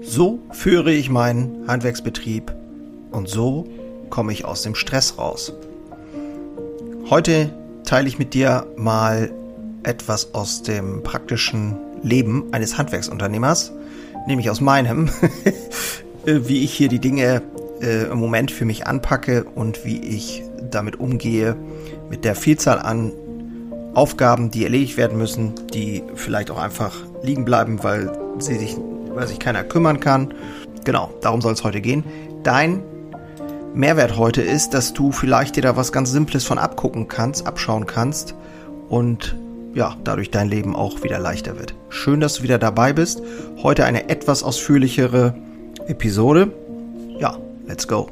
So führe ich meinen Handwerksbetrieb und so komme ich aus dem Stress raus. Heute teile ich mit dir mal etwas aus dem praktischen Leben eines Handwerksunternehmers, nämlich aus meinem, wie ich hier die Dinge im Moment für mich anpacke und wie ich damit umgehe, mit der Vielzahl an Aufgaben, die erledigt werden müssen, die vielleicht auch einfach liegen bleiben, weil sich keiner kümmern kann. Genau, darum soll es heute gehen. Dein Mehrwert heute ist, dass du vielleicht dir da was ganz Simples von abschauen kannst und ja, dadurch dein Leben auch wieder leichter wird. Schön, dass du wieder dabei bist. Heute eine etwas ausführlichere Episode. Ja, let's go.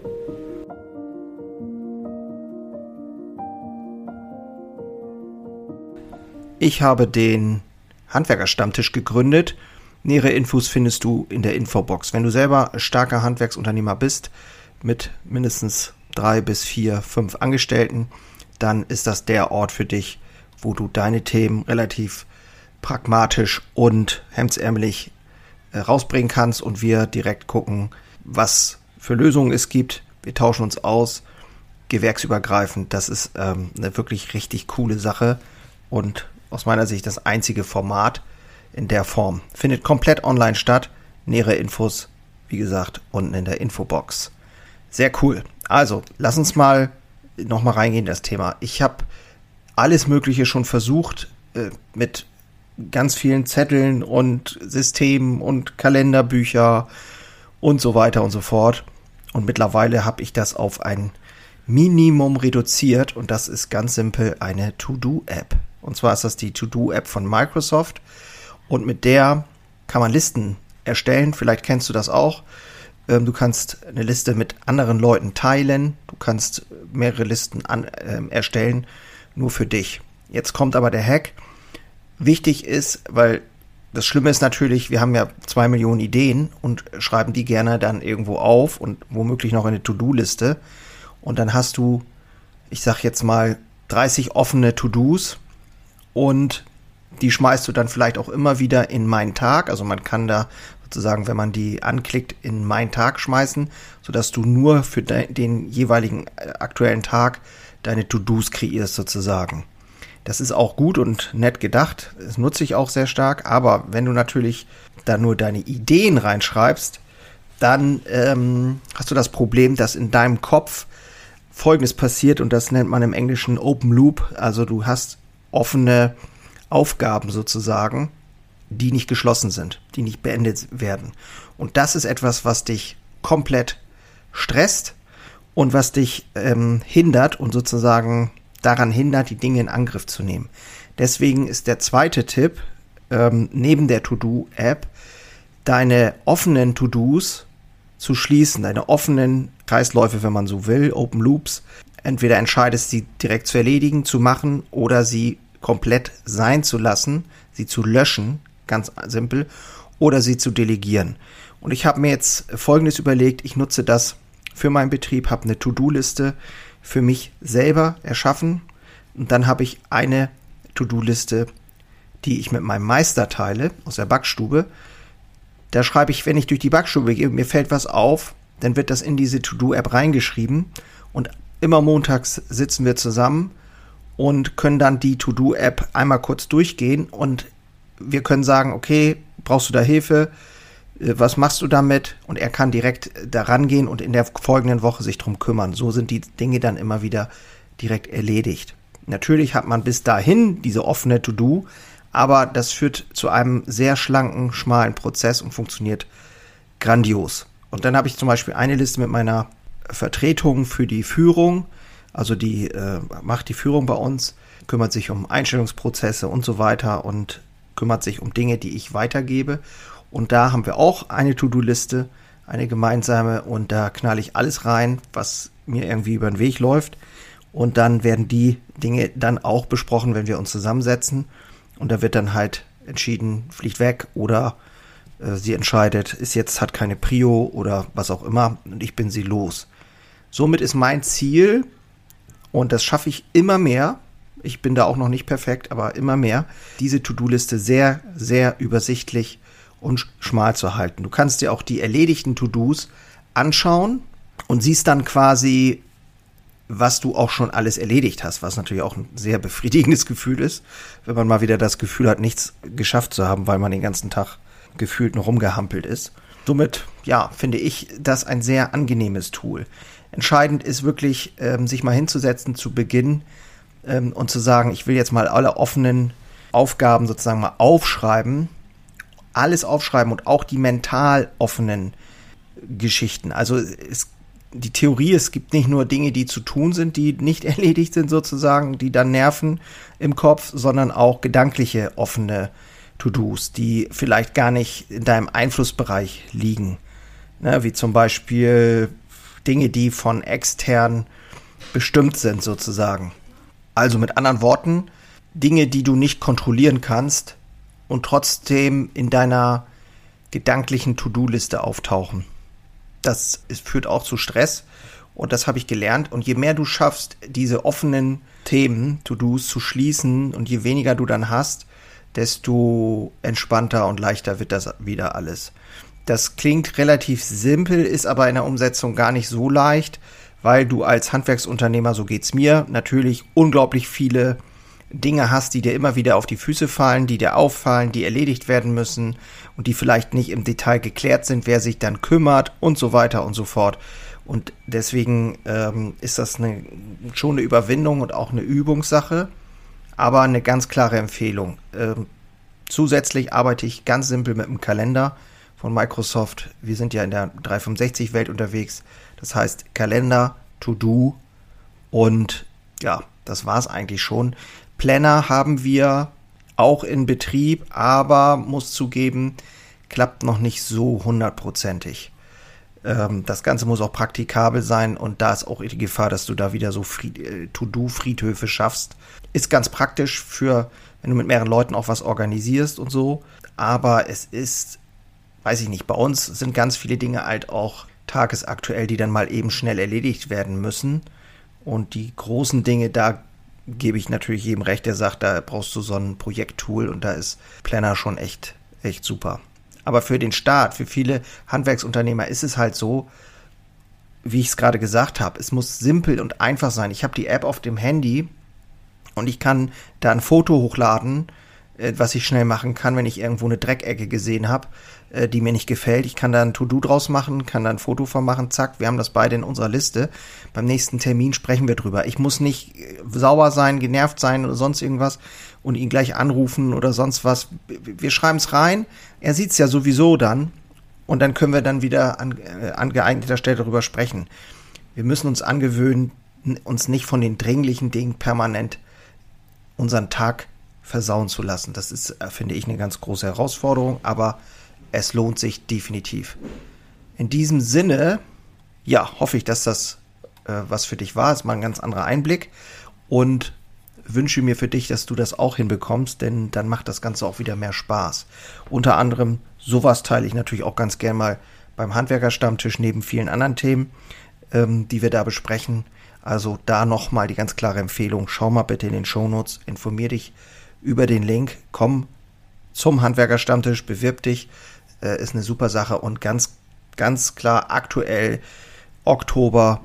Ich habe den Handwerkerstammtisch gegründet. Nähere Infos findest du in der Infobox. Wenn du selber starker Handwerksunternehmer bist, mit mindestens 3 bis 4, 5 Angestellten, dann ist das der Ort für dich, wo du deine Themen relativ pragmatisch und hemdsärmelig rausbringen kannst und wir direkt gucken, was für Lösungen es gibt. Wir tauschen uns aus, gewerksübergreifend. Das ist eine wirklich richtig coole Sache und aus meiner Sicht das einzige Format in der Form. Findet komplett online statt. Nähere Infos, wie gesagt, unten in der Infobox. Sehr cool. Also, lass uns nochmal reingehen in das Thema. Ich habe alles Mögliche schon versucht, mit ganz vielen Zetteln und Systemen und Kalenderbücher und so weiter und so fort. Und mittlerweile habe ich das auf ein Minimum reduziert und das ist ganz simpel eine To-Do-App. Und zwar ist das die To-Do-App von Microsoft und mit der kann man Listen erstellen. Vielleicht kennst du das auch. Du kannst eine Liste mit anderen Leuten teilen. Du kannst mehrere Listen erstellen, nur für dich. Jetzt kommt aber der Hack. Wichtig ist, weil das Schlimme ist natürlich, wir haben ja 2 Millionen Ideen und schreiben die gerne dann irgendwo auf und womöglich noch in eine To-Do-Liste. Und dann hast du, ich sag jetzt mal, 30 offene To-Dos und die schmeißt du dann vielleicht auch immer wieder in meinen Tag. Also man kann da sozusagen, wenn man die anklickt, in meinen Tag schmeißen, sodass du nur für den jeweiligen aktuellen Tag deine To-Dos kreierst sozusagen. Das ist auch gut und nett gedacht. Das nutze ich auch sehr stark. Aber wenn du natürlich da nur deine Ideen reinschreibst, dann hast du das Problem, dass in deinem Kopf Folgendes passiert und das nennt man im Englischen Open Loop. Also du hast offene Aufgaben sozusagen, die nicht geschlossen sind, die nicht beendet werden. Und das ist etwas, was dich komplett stresst und was dich hindert und sozusagen daran hindert, die Dinge in Angriff zu nehmen. Deswegen ist der zweite Tipp, neben der To-Do-App, deine offenen To-Dos zu schließen, deine offenen Kreisläufe, wenn man so will, Open Loops. Entweder entscheidest sie direkt zu erledigen, zu machen oder sie komplett sein zu lassen, sie zu löschen, ganz simpel, oder sie zu delegieren. Und ich habe mir jetzt Folgendes überlegt, ich nutze das für meinen Betrieb, habe eine To-Do-Liste für mich selber erschaffen und dann habe ich eine To-Do-Liste, die ich mit meinem Meister teile, aus der Backstube. Da schreibe ich, wenn ich durch die Backstube gehe, mir fällt was auf, dann wird das in diese To-Do-App reingeschrieben und immer montags sitzen wir zusammen und können dann die To-Do-App einmal kurz durchgehen und wir können sagen, okay, brauchst du da Hilfe? Was machst du damit? Und er kann direkt da rangehen und in der folgenden Woche sich drum kümmern. So sind die Dinge dann immer wieder direkt erledigt. Natürlich hat man bis dahin diese offene To-Do, aber das führt zu einem sehr schlanken, schmalen Prozess und funktioniert grandios. Und dann habe ich zum Beispiel eine Liste mit meiner Vertretung für die Führung. Also die macht die Führung bei uns, kümmert sich um Einstellungsprozesse und so weiter und kümmert sich um Dinge, die ich weitergebe. Und da haben wir auch eine To-Do-Liste, eine gemeinsame und da knalle ich alles rein, was mir irgendwie über den Weg läuft. Und dann werden die Dinge dann auch besprochen, wenn wir uns zusammensetzen. Und da wird dann halt entschieden, fliegt weg oder sie entscheidet, hat keine Prio oder was auch immer und ich bin sie los. Somit ist mein Ziel, und das schaffe ich immer mehr, ich bin da auch noch nicht perfekt, aber immer mehr, diese To-Do-Liste sehr, sehr übersichtlich und schmal zu halten. Du kannst dir auch die erledigten To-Dos anschauen und siehst dann quasi, was du auch schon alles erledigt hast, was natürlich auch ein sehr befriedigendes Gefühl ist, wenn man mal wieder das Gefühl hat, nichts geschafft zu haben, weil man den ganzen Tag gefühlt noch rumgehampelt ist. Somit, ja, finde ich das ein sehr angenehmes Tool. Entscheidend ist wirklich, sich mal hinzusetzen zu Beginn und zu sagen, ich will jetzt mal alle offenen Aufgaben sozusagen mal aufschreiben, alles aufschreiben und auch die mental offenen Geschichten. Also die Theorie, es gibt nicht nur Dinge, die zu tun sind, die nicht erledigt sind sozusagen, die dann nerven im Kopf, sondern auch gedankliche offene To-Dos, die vielleicht gar nicht in deinem Einflussbereich liegen. Ne, wie zum Beispiel Dinge, die von extern bestimmt sind sozusagen. Also mit anderen Worten, Dinge, die du nicht kontrollieren kannst und trotzdem in deiner gedanklichen To-Do-Liste auftauchen. Das führt auch zu Stress und das habe ich gelernt. Und je mehr du schaffst, diese offenen Themen, To-Dos zu schließen und je weniger du dann hast, desto entspannter und leichter wird das wieder alles. Das klingt relativ simpel, ist aber in der Umsetzung gar nicht so leicht, weil du als Handwerksunternehmer, so geht's mir, natürlich unglaublich viele Dinge hast, die dir immer wieder auf die Füße fallen, die dir auffallen, die erledigt werden müssen und die vielleicht nicht im Detail geklärt sind, wer sich dann kümmert und so weiter und so fort. Und deswegen ist das schon eine Überwindung und auch eine Übungssache, aber eine ganz klare Empfehlung. Zusätzlich arbeite ich ganz simpel mit dem Kalender von Microsoft. Wir sind ja in der 365-Welt unterwegs. Das heißt Kalender, To-Do und ja, das war's eigentlich schon. Planner haben wir auch in Betrieb, aber muss zugeben, klappt noch nicht so 100%. Das Ganze muss auch praktikabel sein und da ist auch die Gefahr, dass du da wieder so To-Do-Friedhöfe schaffst. Ist ganz praktisch für, wenn du mit mehreren Leuten auch was organisierst und so, aber es ist, weiß ich nicht, bei uns sind ganz viele Dinge halt auch tagesaktuell, die dann mal eben schnell erledigt werden müssen und die großen Dinge, da gebe ich natürlich jedem recht, der sagt, da brauchst du so ein Projekttool und da ist Planner schon echt super. Aber für den Start, für viele Handwerksunternehmer ist es halt so, wie ich es gerade gesagt habe, es muss simpel und einfach sein. Ich habe die App auf dem Handy und ich kann da ein Foto hochladen, was ich schnell machen kann, wenn ich irgendwo eine Dreckecke gesehen habe, die mir nicht gefällt. Ich kann da ein To-Do draus machen, kann da ein Foto von machen, zack, wir haben das beide in unserer Liste. Beim nächsten Termin sprechen wir drüber. Ich muss nicht sauer sein, genervt sein oder sonst irgendwas und ihn gleich anrufen oder sonst was. Wir schreiben es rein, er sieht es ja sowieso dann und dann können wir dann wieder an geeigneter Stelle darüber sprechen. Wir müssen uns angewöhnen, uns nicht von den dringlichen Dingen permanent unseren Tag versauen zu lassen. Das ist, finde ich, eine ganz große Herausforderung, aber es lohnt sich definitiv. In diesem Sinne, ja, hoffe ich, dass das was für dich war. Das ist mal ein ganz anderer Einblick und wünsche mir für dich, dass du das auch hinbekommst, denn dann macht das Ganze auch wieder mehr Spaß. Unter anderem, sowas teile ich natürlich auch ganz gern mal beim Handwerkerstammtisch neben vielen anderen Themen, die wir da besprechen. Also da nochmal die ganz klare Empfehlung, schau mal bitte in den Shownotes, informier dich über den Link, komm zum Handwerkerstammtisch, bewirb dich, ist eine super Sache und ganz klar aktuell Oktober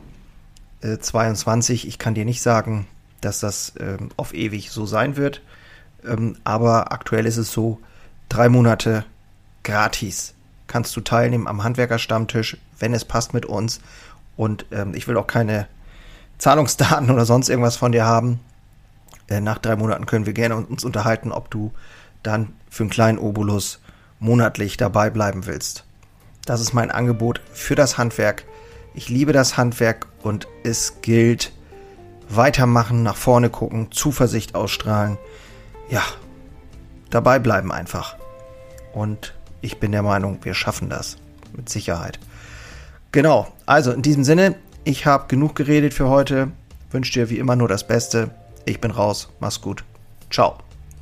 22. Ich kann dir nicht sagen, dass das auf ewig so sein wird, aber aktuell ist es so, 3 Monate gratis kannst du teilnehmen am Handwerkerstammtisch, wenn es passt mit uns und ich will auch keine Zahlungsdaten oder sonst irgendwas von dir haben. Nach 3 Monaten können wir gerne uns unterhalten, ob du dann für einen kleinen Obolus monatlich dabei bleiben willst. Das ist mein Angebot für das Handwerk. Ich liebe das Handwerk und es gilt, weitermachen, nach vorne gucken, Zuversicht ausstrahlen. Ja, dabei bleiben einfach. Und ich bin der Meinung, wir schaffen das. Mit Sicherheit. Genau, also in diesem Sinne, ich habe genug geredet für heute. Wünsche dir wie immer nur das Beste. Ich bin raus. Mach's gut. Ciao.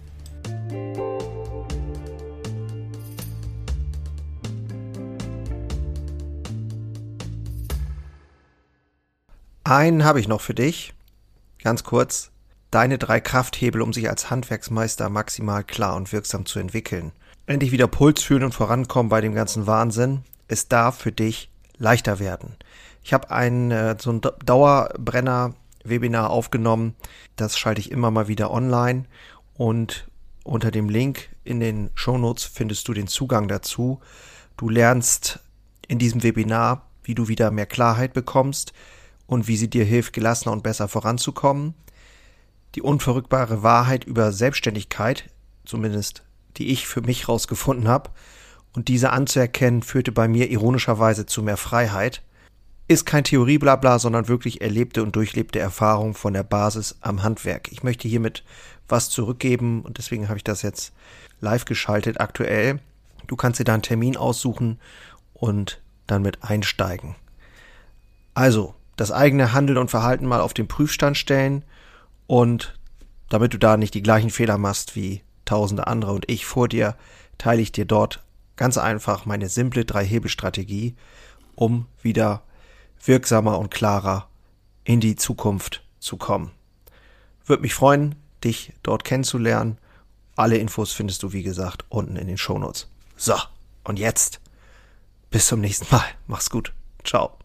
Einen habe ich noch für dich. Ganz kurz. Deine 3 Krafthebel, um sich als Handwerksmeister maximal klar und wirksam zu entwickeln. endlich wieder Puls fühlen und vorankommen bei dem ganzen Wahnsinn. Es darf für dich leichter werden. Ich habe so ein Dauerbrenner-Webinar aufgenommen. Das schalte ich immer mal wieder online. Und unter dem Link in den Shownotes findest du den Zugang dazu. Du lernst in diesem Webinar, wie du wieder mehr Klarheit bekommst und wie sie dir hilft, gelassener und besser voranzukommen. Die unverrückbare Wahrheit über Selbstständigkeit, zumindest die ich für mich rausgefunden habe, und diese anzuerkennen, führte bei mir ironischerweise zu mehr Freiheit. Ist kein Theorieblabla, sondern wirklich erlebte und durchlebte Erfahrung von der Basis am Handwerk. Ich möchte hiermit was zurückgeben und deswegen habe ich das jetzt live geschaltet aktuell. Du kannst dir da einen Termin aussuchen und dann mit einsteigen. Also, das eigene Handeln und Verhalten mal auf den Prüfstand stellen und damit du da nicht die gleichen Fehler machst wie tausende andere und ich vor dir, teile ich dir dort ganz einfach meine simple 3-Hebel-Strategie, um wieder wirksamer und klarer in die Zukunft zu kommen. Würde mich freuen, dich dort kennenzulernen. Alle Infos findest du, wie gesagt, unten in den Shownotes. So, und jetzt bis zum nächsten Mal. Mach's gut. Ciao.